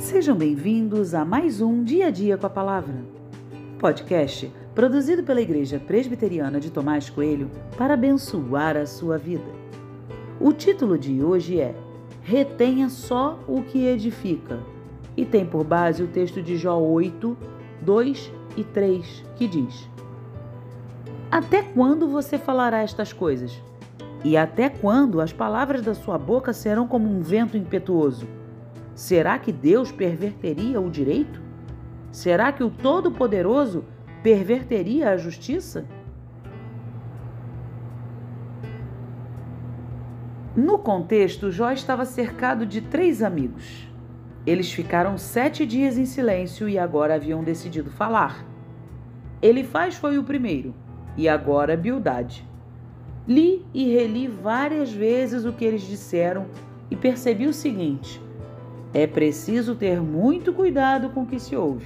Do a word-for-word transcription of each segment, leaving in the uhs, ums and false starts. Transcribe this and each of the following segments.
Sejam bem-vindos a mais um Dia a Dia com a Palavra, podcast produzido pela Igreja Presbiteriana de Tomás Coelho para abençoar a sua vida. O título de hoje é Retenha só o que edifica e tem por base o texto de Jó oito, dois e três, que diz: Até quando você falará estas coisas? E até quando as palavras da sua boca serão como um vento impetuoso? Será que Deus perverteria o direito? Será que o Todo-Poderoso perverteria a justiça? No contexto, Jó estava cercado de três amigos. Eles ficaram sete dias em silêncio e agora haviam decidido falar. Elifaz foi o primeiro, e agora Bildade. Li e reli várias vezes o que eles disseram e percebi o seguinte: é preciso ter muito cuidado com o que se ouve.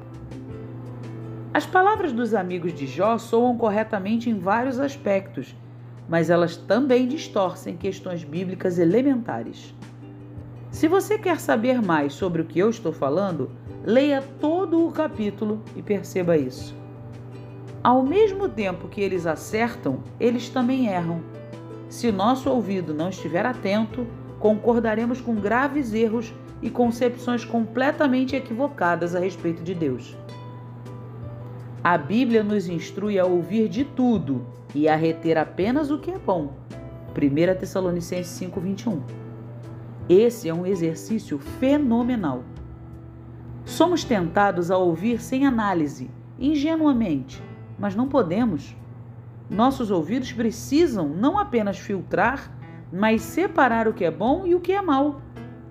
As palavras dos amigos de Jó soam corretamente em vários aspectos, mas elas também distorcem questões bíblicas elementares. Se você quer saber mais sobre o que eu estou falando, leia todo o capítulo e perceba isso. Ao mesmo tempo que eles acertam, eles também erram. Se nosso ouvido não estiver atento, concordaremos com graves erros e concepções completamente equivocadas a respeito de Deus. A Bíblia nos instrui a ouvir de tudo e a reter apenas o que é bom. primeira Tessalonicenses cinco, vinte e um. Esse é um exercício fenomenal. Somos tentados a ouvir sem análise, ingenuamente, mas não podemos. Nossos ouvidos precisam não apenas filtrar, mas separar o que é bom e o que é mal.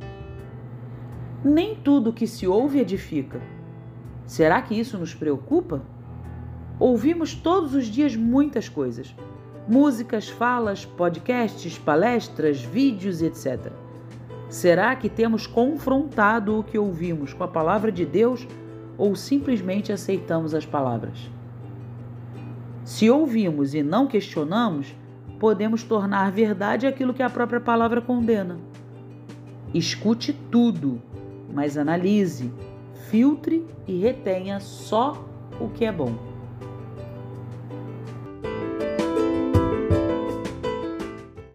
Nem tudo que se ouve edifica. Será que isso nos preocupa? Ouvimos todos os dias muitas coisas: músicas, falas, podcasts, palestras, vídeos, etcétera. Será que temos confrontado o que ouvimos com a palavra de Deus ou simplesmente aceitamos as palavras? Se ouvimos e não questionamos, podemos tornar verdade aquilo que a própria palavra condena. Escute tudo, mas analise, filtre e retenha só o que é bom.